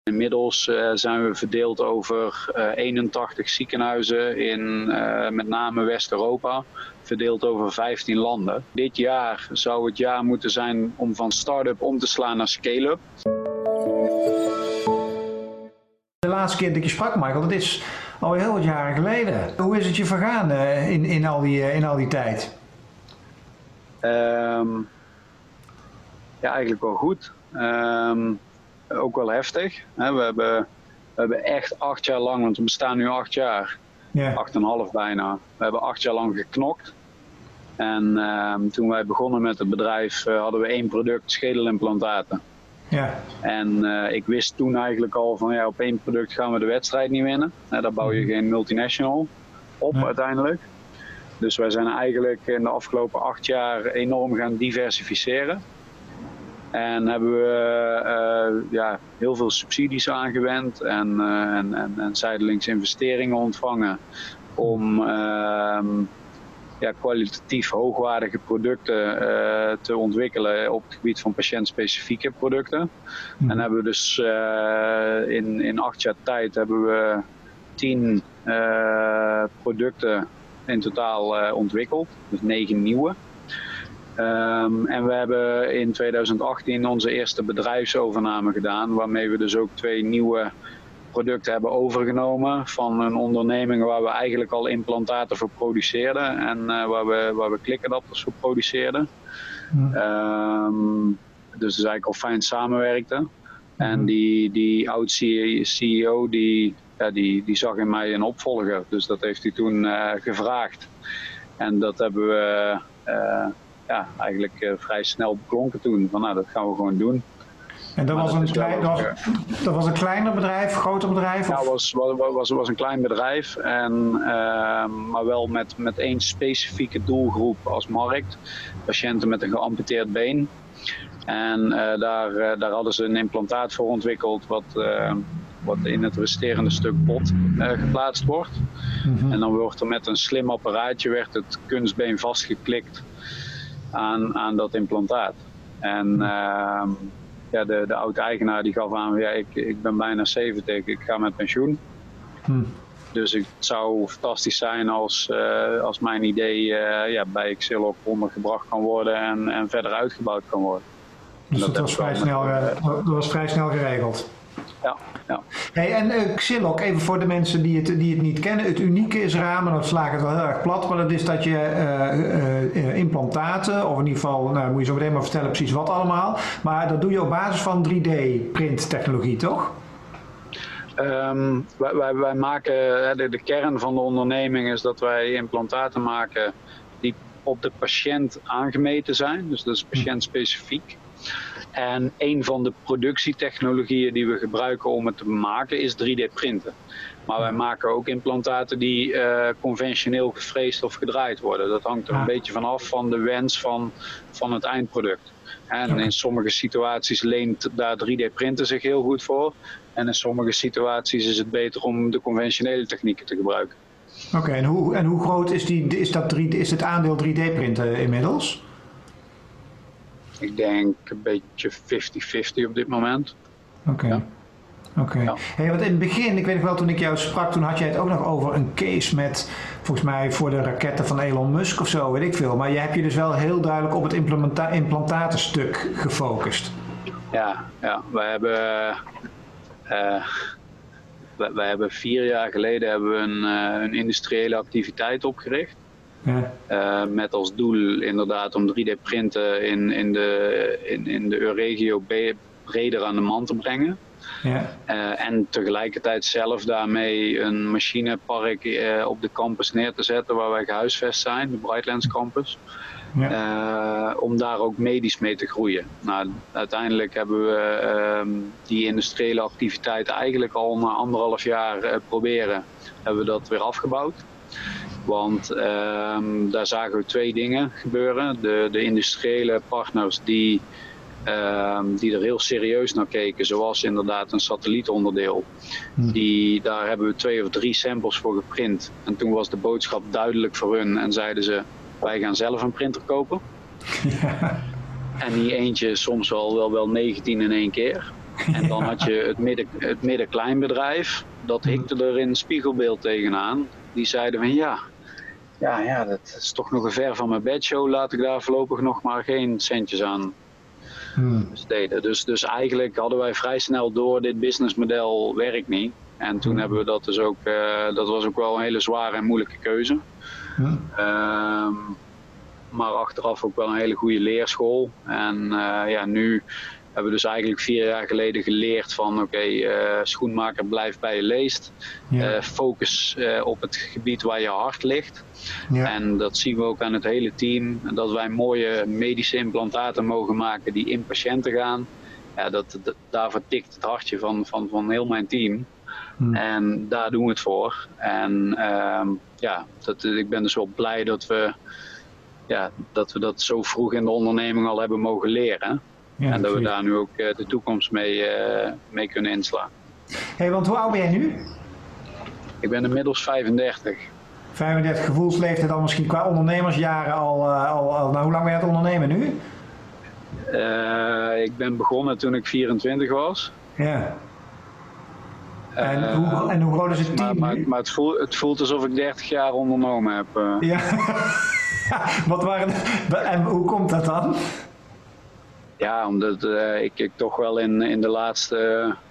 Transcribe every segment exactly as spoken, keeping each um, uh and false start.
Inmiddels uh, zijn we verdeeld over uh, eenentachtig ziekenhuizen in uh, met name West-Europa, verdeeld over vijftien landen. Dit jaar zou het jaar moeten zijn om van start-up om te slaan naar scale-up. De laatste keer dat ik je sprak, Michael, dat is al heel wat jaren geleden. Hoe is het je vergaan uh, in, in, al die, uh, in al die tijd? Um, ja, eigenlijk wel goed. Um, ook wel heftig. Hè. We, hebben, we hebben echt acht jaar lang, want we bestaan nu acht jaar, yeah. acht en een half bijna. We hebben acht jaar lang geknokt. En um, toen wij begonnen met het bedrijf uh, hadden we één product, schedelimplantaten. Ja. En uh, ik wist toen eigenlijk al van ja, op één product gaan we de wedstrijd niet winnen. Uh, daar bouw je geen multinational op ja. uiteindelijk. Dus wij zijn eigenlijk in de afgelopen acht jaar enorm gaan diversificeren. En hebben we uh, ja, heel veel subsidies aangewend en, uh, en, en, en zijdelings investeringen ontvangen om uh, ja, kwalitatief hoogwaardige producten uh, te ontwikkelen op het gebied van patiëntspecifieke producten. Mm. En hebben we dus uh, in, in acht jaar tijd hebben we tien uh, producten in totaal uh, ontwikkeld, dus negen nieuwe. Um, en we hebben in tweeduizend achttien onze eerste bedrijfsovername gedaan, waarmee we dus ook twee nieuwe producten hebben overgenomen van een onderneming waar we eigenlijk al implantaten voor produceerden en uh, waar we, waar we klikadapters voor produceerden. Ja. Um, dus is eigenlijk al fijn samenwerkten. Ja. En die, die oud-C E O die, ja, die, die zag in mij een opvolger, dus dat heeft hij toen uh, gevraagd. En dat hebben we uh, ja, eigenlijk uh, vrij snel beklonken toen, van nou dat gaan we gewoon doen. En dat, was, dat, een klein, dat, was, dat was een kleiner bedrijf, groter bedrijf? Ja, het was, was, was, was een klein bedrijf, en, uh, maar wel met, met één specifieke doelgroep als markt. Patiënten met een geamputeerd been. En uh, daar, uh, daar hadden ze een implantaat voor ontwikkeld wat, uh, wat in het resterende stuk bot uh, geplaatst wordt. Mm-hmm. En dan wordt er met een slim apparaatje werd het kunstbeen vastgeklikt aan, aan dat implantaat. En uh, ja, de, de oude-eigenaar die gaf aan, ja, ik, ik ben bijna zeventig, ik ga met pensioen. Hmm. Dus het zou fantastisch zijn als, uh, als mijn idee uh, ja, bij Xilloc ondergebracht kan worden en, en verder uitgebouwd kan worden. Dus dat, dat, was vrij snel, met, uh, dat was vrij snel geregeld? Ja. ja. Hey, en uh, Xilloc, even voor de mensen die het, die het niet kennen, het unieke is eraan, maar dat sla ik het wel heel erg plat, maar dat is dat je uh, uh, implantaten, of in ieder geval, nou moet je zo meteen maar vertellen precies wat allemaal, maar dat doe je op basis van drie D print technologie, toch? Um, wij, wij, wij maken, de, de kern van de onderneming is dat wij implantaten maken die op de patiënt aangemeten zijn, dus dat is patiëntspecifiek. En een van de productietechnologieën die we gebruiken om het te maken is drie D printen. Maar wij maken ook implantaten die uh, conventioneel gefreesd of gedraaid worden. Dat hangt er een beetje vanaf van de wens van, van het eindproduct. En in sommige situaties leent daar drie D printen zich heel goed voor. En in sommige situaties is het beter om de conventionele technieken te gebruiken. Oké, okay, en, hoe, en hoe groot is, die, is, dat drie, is het aandeel drie D printen inmiddels? Ik denk een beetje vijftig vijftig op dit moment. Oké. Okay. Ja. Okay. Ja. Hey, want in het begin, ik weet nog wel toen ik jou sprak, toen had jij het ook nog over een case met, volgens mij voor de raketten van Elon Musk of zo, weet ik veel. Maar je hebt je dus wel heel duidelijk op het implementa- implantatenstuk gefocust. Ja, ja. Wij hebben, uh, wij, wij hebben vier jaar geleden hebben we een, uh, een industriële activiteit opgericht. Ja. Uh, met als doel inderdaad om drie D printen in, in de, in, in de Euregio breder aan de man te brengen. Ja. Uh, en tegelijkertijd zelf daarmee een machinepark uh, op de campus neer te zetten waar wij gehuisvest zijn, de Brightlands campus. Ja. Uh, om daar ook medisch mee te groeien. Nou, uiteindelijk hebben we uh, die industriële activiteit eigenlijk al na anderhalf jaar uh, proberen, hebben we dat weer afgebouwd. Want uh, daar zagen we twee dingen gebeuren. De, de industriële partners die, uh, die er heel serieus naar keken, zoals inderdaad een satellietonderdeel. Hmm. Die, daar hebben we twee of drie samples voor geprint. En toen was de boodschap duidelijk voor hun en zeiden ze, wij gaan zelf een printer kopen. Ja. En niet eentje, soms wel, wel, wel negentien in één keer. En dan had je het, midden, het middenkleinbedrijf, dat hikte er in spiegelbeeld tegenaan. Die zeiden van ja, ja, ja, dat is toch nog een ver van mijn bedshow, laat ik daar voorlopig nog maar geen centjes aan besteden. Dus, dus eigenlijk hadden wij vrij snel door, dit businessmodel werkt niet. En toen hebben we dat dus ook, uh, dat was ook wel een hele zware en moeilijke keuze. Hmm. Um, maar achteraf ook wel een hele goede leerschool. En uh, ja, nu hebben we dus eigenlijk vier jaar geleden geleerd van oké, okay, uh, schoenmaker blijft bij je leest. Ja. Uh, focus uh, op het gebied waar je hart ligt. Ja. En dat zien we ook aan het hele team. Dat wij mooie medische implantaten mogen maken die in patiënten gaan. Ja, dat, dat, daarvoor tikt het hartje van, van, van heel mijn team. Hmm. En daar doen we het voor. En uh, ja, dat, ik ben dus wel blij dat we, ja, dat we dat zo vroeg in de onderneming al hebben mogen leren. Ja, en dat we daar nu ook uh, de toekomst mee, uh, mee kunnen inslaan. Hé, hey, want hoe oud ben jij nu? Ik ben inmiddels vijfendertig. vijfendertig, gevoelsleeftijd dan misschien qua ondernemersjaren al, uh, al, al nou, hoe lang ben je aan het ondernemen nu? Uh, ik ben begonnen toen ik vierentwintig was. Ja. En, uh, hoe, en hoe groot is het team maar, maar, maar het, voelt, het voelt alsof ik dertig jaar ondernomen heb. Uh. Ja. Wat waren de, en hoe komt dat dan? Ja, omdat uh, ik, ik toch wel in, in de laatste uh,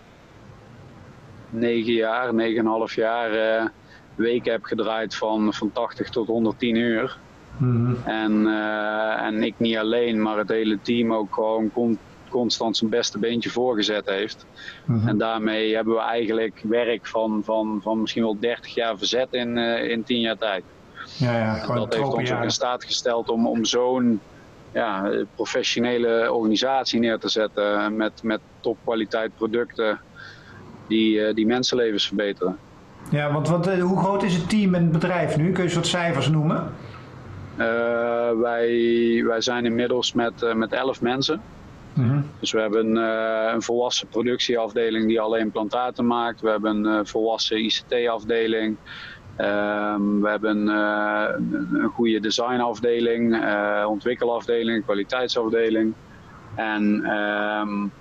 negen jaar, negen en een half jaar uh, weken heb gedraaid van, van tachtig tot honderdtien uur. Mm-hmm. En, uh, en ik niet alleen, maar het hele team ook gewoon kon, constant zijn beste beentje voorgezet heeft. Mm-hmm. En daarmee hebben we eigenlijk werk van, van, van misschien wel dertig jaar verzet in, uh, in tien jaar tijd. Ja, ja, en dat heeft ons ook in staat gesteld om, om zo'n ja, professionele organisatie neer te zetten met, met topkwaliteit producten die, uh, die mensenlevens verbeteren. Ja, want wat, hoe groot is het team en het bedrijf nu? Kun je wat cijfers noemen? Uh, wij, wij zijn inmiddels met, uh, met elf mensen. Mm-hmm. Dus we hebben uh, een volwassen productieafdeling die alleen implantaten maakt. We hebben een uh, volwassen I C T-afdeling. Um, we hebben uh, een goede designafdeling, uh, ontwikkelafdeling, kwaliteitsafdeling. En um,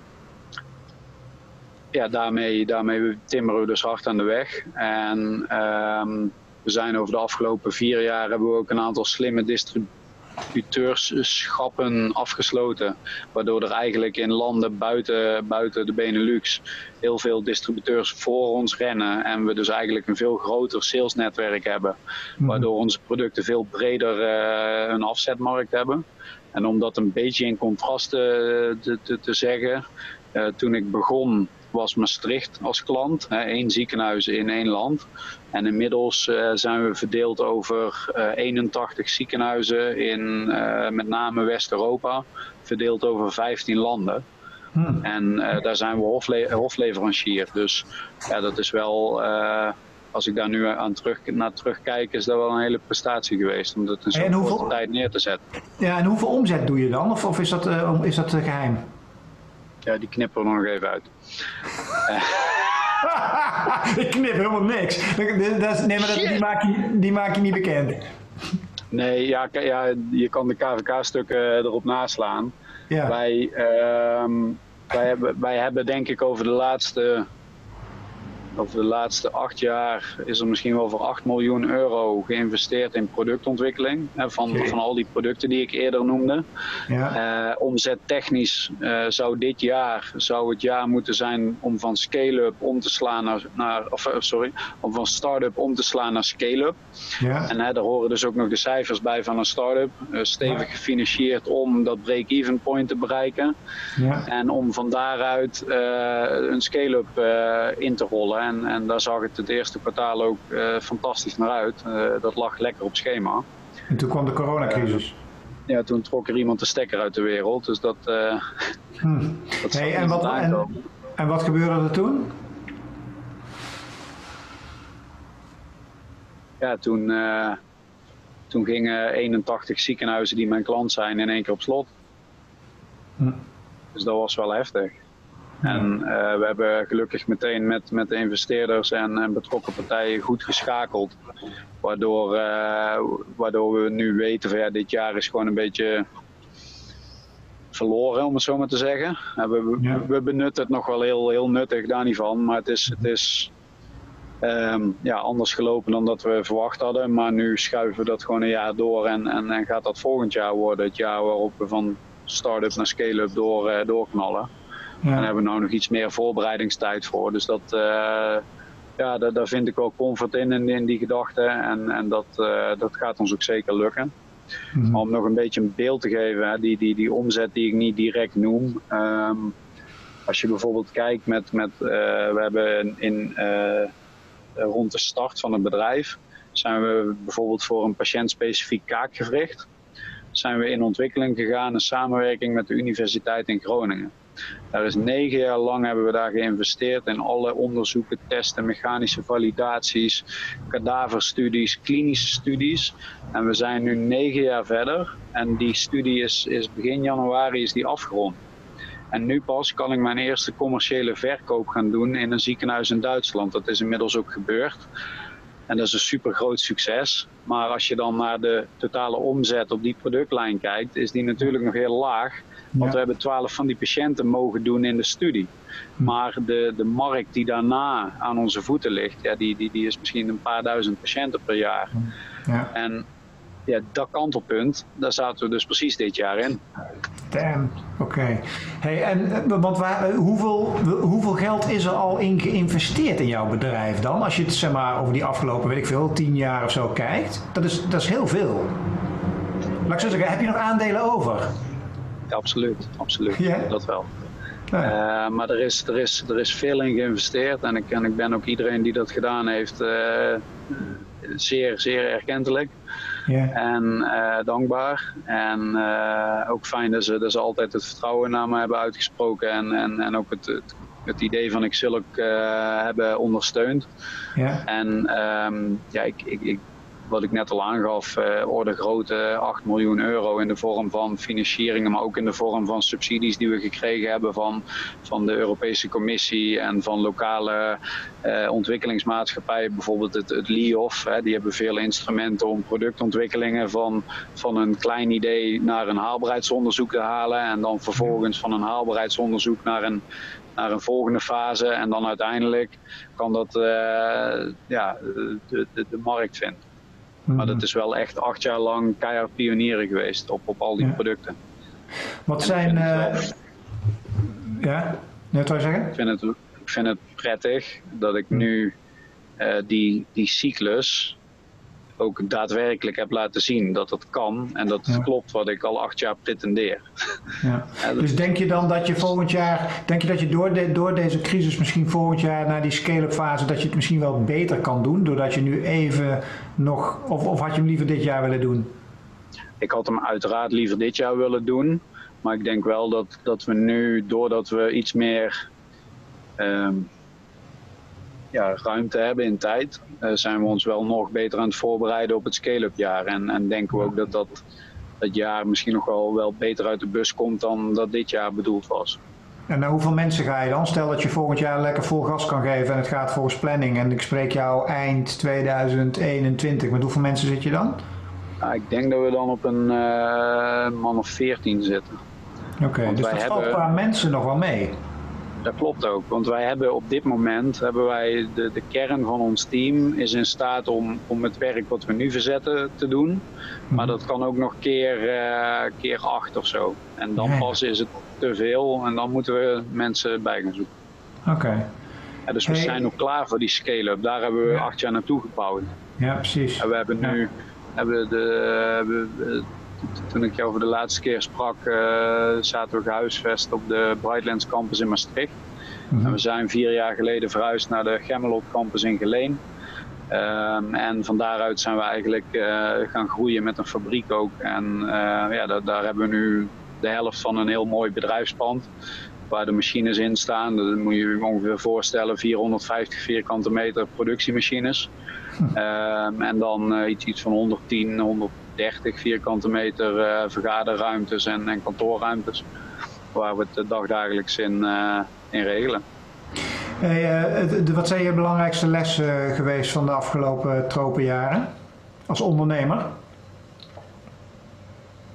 ja, daarmee, daarmee timmeren we dus hard aan de weg. En um, we zijn over de afgelopen vier jaar hebben we ook een aantal slimme distributeursschappen afgesloten. Waardoor er eigenlijk in landen buiten, buiten de Benelux heel veel distributeurs voor ons rennen. En we dus eigenlijk een veel groter salesnetwerk hebben. Waardoor onze producten veel breder uh, een afzetmarkt hebben. En om dat een beetje in contrast te, te, te zeggen. Uh, toen ik begon was Maastricht als klant. Hè, één ziekenhuis in één land. En inmiddels uh, zijn we verdeeld over uh, eenentachtig ziekenhuizen in uh, met name West-Europa. Verdeeld over vijftien landen. Hmm. En uh, daar zijn we hofle- hofleverancier. Dus ja, dat is wel, uh, als ik daar nu aan terug, naar terugkijk, is dat wel een hele prestatie geweest. Om dat in zo'n hoeveel... korte tijd neer te zetten. Ja, en hoeveel omzet doe je dan? Of, of is dat, uh, is dat uh, geheim? Ja, die knippen we er nog even uit. Ik knip helemaal niks. Dat is, nee, maar dat, die, maak je, die maak je niet bekend. Nee, ja, ja, je kan de K V K-stukken erop naslaan. Ja. Wij, uh, wij, hebben, wij hebben denk ik over de laatste... Over de laatste acht jaar is er misschien wel voor acht miljoen euro geïnvesteerd in productontwikkeling. Hè, van, okay. van al die producten die ik eerder noemde. Ja. Uh, omzettechnisch uh, zou dit jaar zou het jaar moeten zijn om van scale-up om te slaan naar, naar of, uh, sorry, om van start-up om te slaan naar scale-up. Ja. En uh, daar horen dus ook nog de cijfers bij van een start-up. Uh, stevig ja. gefinancierd om dat break-even point te bereiken. Ja. En om van daaruit uh, een scale-up uh, in te rollen. En, en daar zag het het eerste kwartaal ook uh, fantastisch naar uit. Uh, dat lag lekker op schema. En toen kwam de coronacrisis. Uh, ja, toen trok er iemand de stekker uit de wereld. Dus dat... Uh, hmm. dat hey, en, wat, en, en wat gebeurde er toen? Ja, toen, uh, toen gingen eenentachtig ziekenhuizen die mijn klant zijn in één keer op slot. Hmm. Dus dat was wel heftig. Ja. En uh, we hebben gelukkig meteen met, met de investeerders en, en betrokken partijen goed geschakeld. Waardoor, uh, waardoor we nu weten van ja, dit jaar is gewoon een beetje verloren, om het zo maar te zeggen. Uh, we, ja. we benutten het nog wel heel, heel nuttig, daar niet van. Maar het is, het is um, ja, anders gelopen dan dat we verwacht hadden. Maar nu schuiven we dat gewoon een jaar door. En, en, en gaat dat volgend jaar worden. Het jaar waarop we van start-up naar scale-up door, uh, doorknallen. Ja. En daar hebben we nou nog iets meer voorbereidingstijd voor. Dus dat... Uh, Ja, daar, daar vind ik wel comfort in, in, in die gedachte. En, en dat, uh, dat gaat ons ook zeker lukken. Mm-hmm. Maar om nog een beetje een beeld te geven, hè, die, die, die omzet die ik niet direct noem. Um, als je bijvoorbeeld kijkt met, met uh, we hebben in, uh, rond de start van het bedrijf, zijn we bijvoorbeeld voor een patiëntspecifiek kaakgewricht, zijn we in ontwikkeling gegaan in samenwerking met de Universiteit in Groningen. Daar is negen jaar lang hebben we daar geïnvesteerd in alle onderzoeken, testen, mechanische validaties, kadaverstudies, klinische studies. En we zijn nu negen jaar verder en die studie is, is begin januari is die afgerond. En nu pas kan ik mijn eerste commerciële verkoop gaan doen in een ziekenhuis in Duitsland. Dat is inmiddels ook gebeurd. En dat is een super groot succes. Maar als je dan naar de totale omzet op die productlijn kijkt, is die natuurlijk nog heel laag. Want ja. we hebben twaalf van die patiënten mogen doen in de studie. Maar de, de markt die daarna aan onze voeten ligt, ja, die, die, die is misschien een paar duizend patiënten per jaar. Ja. En ja, dat kantelpunt, daar zaten we dus precies dit jaar in. Damn, oké. Okay. Hey, en want waar, hoeveel, hoeveel geld is er al in geïnvesteerd in jouw bedrijf dan? Als je het zeg maar over die afgelopen, weet ik veel, tien jaar of zo kijkt. Dat is, dat is heel veel. Laat ik zo zeggen, heb je nog aandelen over? Ja, absoluut, absoluut. Yeah. Dat wel. Ja. Uh, maar er is, er, is, er is veel in geïnvesteerd en ik, en ik ben ook iedereen die dat gedaan heeft uh, zeer, zeer erkentelijk. Yeah. En uh, dankbaar. En uh, ook fijn dat ze, dat ze altijd het vertrouwen naar me hebben uitgesproken en, en, en ook het, het, het idee van Exilloc uh, hebben ondersteund. Yeah. En um, ja, ik, ik, ik wat ik net al aangaf, uh, orde grootte acht miljoen euro in de vorm van financieringen, maar ook in de vorm van subsidies die we gekregen hebben van, van de Europese Commissie en van lokale uh, ontwikkelingsmaatschappijen, bijvoorbeeld het, het L I O F. Hè, die hebben veel instrumenten om productontwikkelingen van, van een klein idee naar een haalbaarheidsonderzoek te halen en dan vervolgens van een haalbaarheidsonderzoek naar een naar een volgende fase en dan uiteindelijk kan dat uh, ja, de, de, de markt vinden. Maar dat is wel echt acht jaar lang keihard pionieren geweest op, op al die ja. producten. Wat zijn... Uh, ja, net wat je zeggen? Ik vind, het, ik vind het prettig dat ik nu uh, die, die cyclus ook daadwerkelijk heb laten zien dat het kan en dat het ja. klopt wat ik al acht jaar pretendeer. Ja. Ja, dus denk je dan dat je volgend jaar, denk je dat je door, de, door deze crisis misschien volgend jaar naar die scale-up fase, dat je het misschien wel beter kan doen, doordat je nu even nog, of, of had je hem liever dit jaar willen doen? Ik had hem uiteraard liever dit jaar willen doen, maar ik denk wel dat, dat we nu, doordat we iets meer um, ja, ruimte hebben in tijd, uh, zijn we ons wel nog beter aan het voorbereiden op het scale-up jaar. En, en denken we ook dat dat, dat jaar misschien nog wel, wel beter uit de bus komt dan dat dit jaar bedoeld was. En naar hoeveel mensen ga je dan? Stel dat je volgend jaar lekker vol gas kan geven en het gaat volgens planning en ik spreek jou eind tweeduizend eenentwintig. Met hoeveel mensen zit je dan? Nou, ik denk dat we dan op een uh, man of veertien zitten. Oké, okay, dus dat valt qua mensen nog wel mee. Dat klopt ook, want wij hebben op dit moment, hebben wij de, de kern van ons team is in staat om, om het werk wat we nu verzetten te doen. Maar dat kan ook nog keer, uh, keer acht of zo. En dan ja. pas is het te veel en dan moeten we mensen bij gaan zoeken. Oké. Okay. Ja, dus we hey. zijn ook klaar voor die scale-up. Daar hebben we ja. acht jaar naartoe gebouwd. Ja, precies. En we hebben nu, ja. hebben de, hebben, toen ik jou voor de laatste keer sprak, uh, zaten we gehuisvest op de Brightlands campus in Maastricht. Mm-hmm. En we zijn vier jaar geleden verhuisd naar de Gemmelot campus in Geleen. Um, en van daaruit zijn we eigenlijk uh, gaan groeien met een fabriek ook. En uh, ja, daar, daar hebben we nu de helft van een heel mooi bedrijfspand. Waar de machines in staan. Dat moet je je ongeveer voorstellen, vierhonderdvijftig vierkante meter productiemachines. Um, en dan uh, iets, iets van honderdtien, honderddertig vierkante meter uh, vergaderruimtes en, en kantoorruimtes. Waar we het dagdagelijks in, uh, in regelen. Hey, uh, de, wat zijn je belangrijkste lessen geweest van de afgelopen tropenjaren als ondernemer?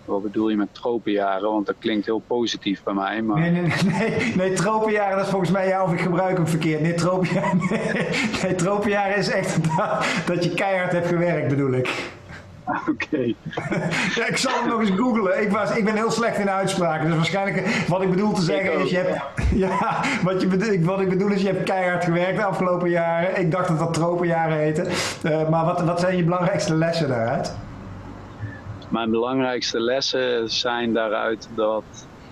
Wat bedoel je met tropenjaren? Want dat klinkt heel positief bij mij. Maar... Nee, nee, nee, nee, tropenjaren, dat is volgens mij jou of ik gebruik hem verkeerd. Nee, tropenjaren, nee, nee, tropenjaren is echt dat, dat je keihard hebt gewerkt, bedoel ik. Oké. Okay. Ja, ik zal hem nog eens googlen. Ik, was, ik ben heel slecht in uitspraken. Dus waarschijnlijk wat ik bedoel te zeggen is... Je hebt, ja, wat, je bedoel, wat ik bedoel is je hebt keihard gewerkt de afgelopen jaren. Ik dacht dat dat tropenjaren heette. Uh, maar wat, wat zijn je belangrijkste lessen daaruit? Mijn belangrijkste lessen zijn daaruit dat,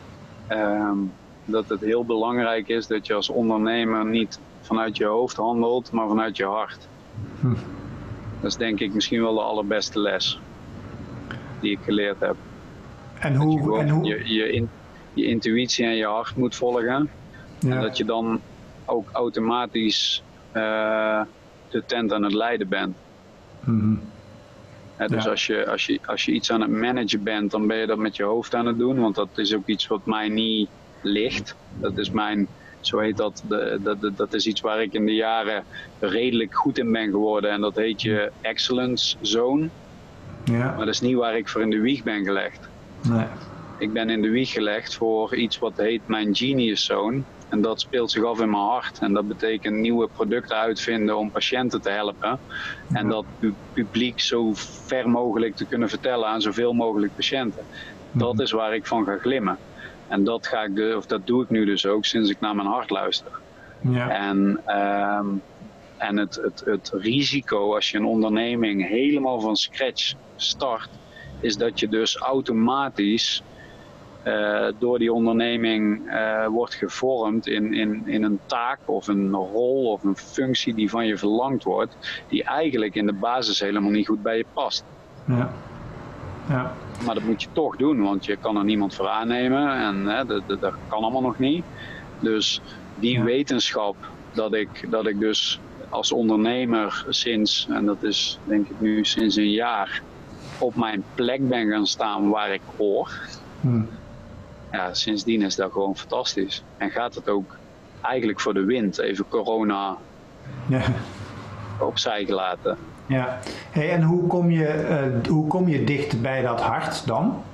um, dat het heel belangrijk is dat je als ondernemer niet vanuit je hoofd handelt, maar vanuit je hart. Hm. Dat is denk ik misschien wel de allerbeste les die ik geleerd heb. En hoe? Dat je en hoe? Je, je, in, je intuïtie en je hart moet volgen. Ja. En dat je dan ook automatisch uh, de tent aan het leiden bent. Mm-hmm. He, dus ja. als, je, als, je, als je iets aan het managen bent, dan ben je dat met je hoofd aan het doen. Want dat is ook iets wat mij niet ligt. Dat is mijn... Zo heet dat, de, de, de, dat is iets waar ik in de jaren redelijk goed in ben geworden. En dat heet je excellence zone. Ja. Maar dat is niet waar ik voor in de wieg ben gelegd. Nee. Ik ben in de wieg gelegd voor iets wat heet mijn genius zone. En dat speelt zich af in mijn hart. En dat betekent nieuwe producten uitvinden om patiënten te helpen. Ja. En dat pu- publiek zo ver mogelijk te kunnen vertellen aan zoveel mogelijk patiënten. Ja. Dat is waar ik van ga glimmen. En dat, ga ik de, of dat doe ik nu dus ook sinds ik naar mijn hart luister. Ja. En, um, en het, het, het risico als je een onderneming helemaal van scratch start, is dat je dus automatisch uh, door die onderneming uh, wordt gevormd in, in, in een taak of een rol of een functie die van je verlangd wordt, die eigenlijk in de basis helemaal niet goed bij je past. Ja. Ja. Maar dat moet je toch doen, want je kan er niemand voor aannemen en hè, dat, dat, dat kan allemaal nog niet. Dus die ja. wetenschap dat ik, dat ik dus als ondernemer sinds, en dat is denk ik nu sinds een jaar, op mijn plek ben gaan staan waar ik hoor. Hmm. Ja, sindsdien is dat gewoon fantastisch. En gaat het ook eigenlijk voor de wind, even corona ja. opzij gelaten. Ja, hey, en hoe kom, je, uh, hoe kom je dicht bij dat hart dan?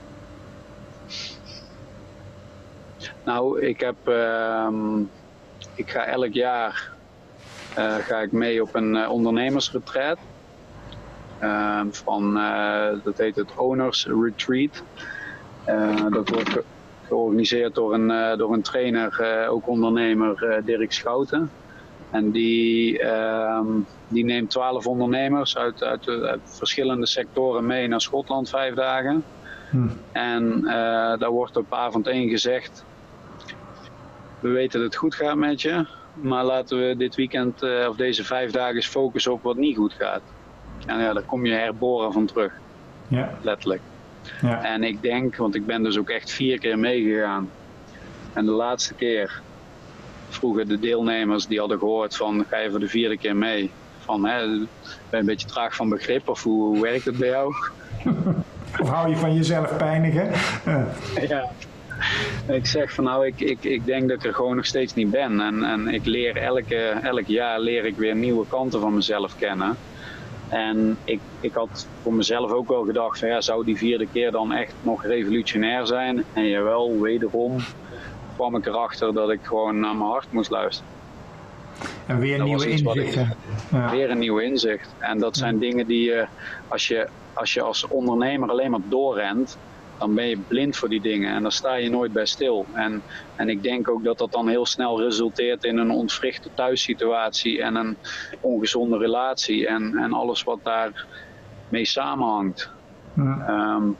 Nou, ik heb, uh, ik ga elk jaar uh, ga ik mee op een uh, ondernemersretreat. Uh, van, uh, dat heet het Owners Retreat. Uh, dat wordt ge- georganiseerd door een, uh, door een trainer, uh, ook ondernemer uh, Dirk Schouten. En die, uh, die neemt twaalf ondernemers uit, uit, uit verschillende sectoren mee naar Schotland vijf dagen. Hm. En uh, daar wordt op avond één gezegd, we weten dat het goed gaat met je, maar laten we dit weekend uh, of deze vijf dagen eens focussen op wat niet goed gaat. En ja, daar kom je herboren van terug. Ja. Letterlijk. Ja. En ik denk, want ik ben dus ook echt vier keer meegegaan. En de laatste keer vroegen de deelnemers die hadden gehoord van, ga je voor de vierde keer mee? Van, hè, ben je een beetje traag van begrip of hoe, hoe werkt het bij jou? Of hou je van jezelf pijnigen? Uh. Ja. Ik zeg van nou, ik, ik, ik denk dat ik er gewoon nog steeds niet ben. En, en ik leer elke, elk jaar leer ik weer nieuwe kanten van mezelf kennen. En ik, ik had voor mezelf ook wel gedacht van ja, zou die vierde keer dan echt nog revolutionair zijn? En jawel, wederom kwam ik erachter dat ik gewoon naar mijn hart moest luisteren. En weer nieuwe inzichten. Ja. Weer een nieuw inzicht. En dat zijn ja. dingen die je als, je, als je als ondernemer alleen maar doorrent, dan ben je blind voor die dingen en dan sta je nooit bij stil. En, en ik denk ook dat dat dan heel snel resulteert in een ontwrichte thuissituatie en een ongezonde relatie en, en alles wat daar mee samenhangt. Ja. Um,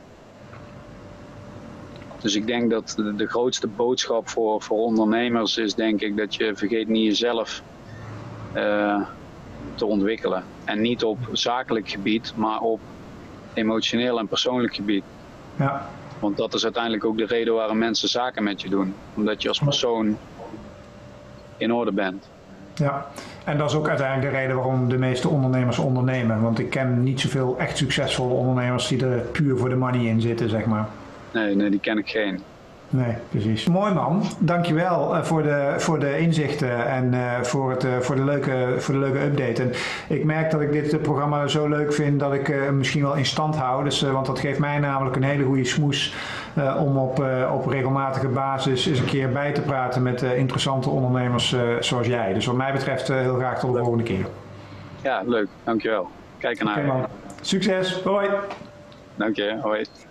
dus ik denk dat de, de grootste boodschap voor, voor ondernemers is denk ik dat je vergeet niet jezelf uh, te ontwikkelen. En niet op zakelijk gebied, maar op emotioneel en persoonlijk gebied. Ja. Want dat is uiteindelijk ook de reden waarom mensen zaken met je doen. Omdat je als persoon in orde bent. Ja, en dat is ook uiteindelijk de reden waarom de meeste ondernemers ondernemen. Want ik ken niet zoveel echt succesvolle ondernemers die er puur voor de money in zitten, zeg maar. Nee, nee, die ken ik geen. Nee, precies. Mooi man. Dankjewel uh, voor, de, voor de inzichten en uh, voor, het, uh, voor, de leuke, voor de leuke update. En ik merk dat ik dit programma zo leuk vind dat ik hem uh, misschien wel in stand hou. Dus, uh, want dat geeft mij namelijk een hele goede smoes uh, om op, uh, op regelmatige basis eens een keer bij te praten met uh, interessante ondernemers uh, zoals jij. Dus wat mij betreft uh, heel graag tot de volgende keer. Ja, leuk. Dankjewel. Kijk ernaar. Okay, man. Succes. Hoi. Dank je. Hoi.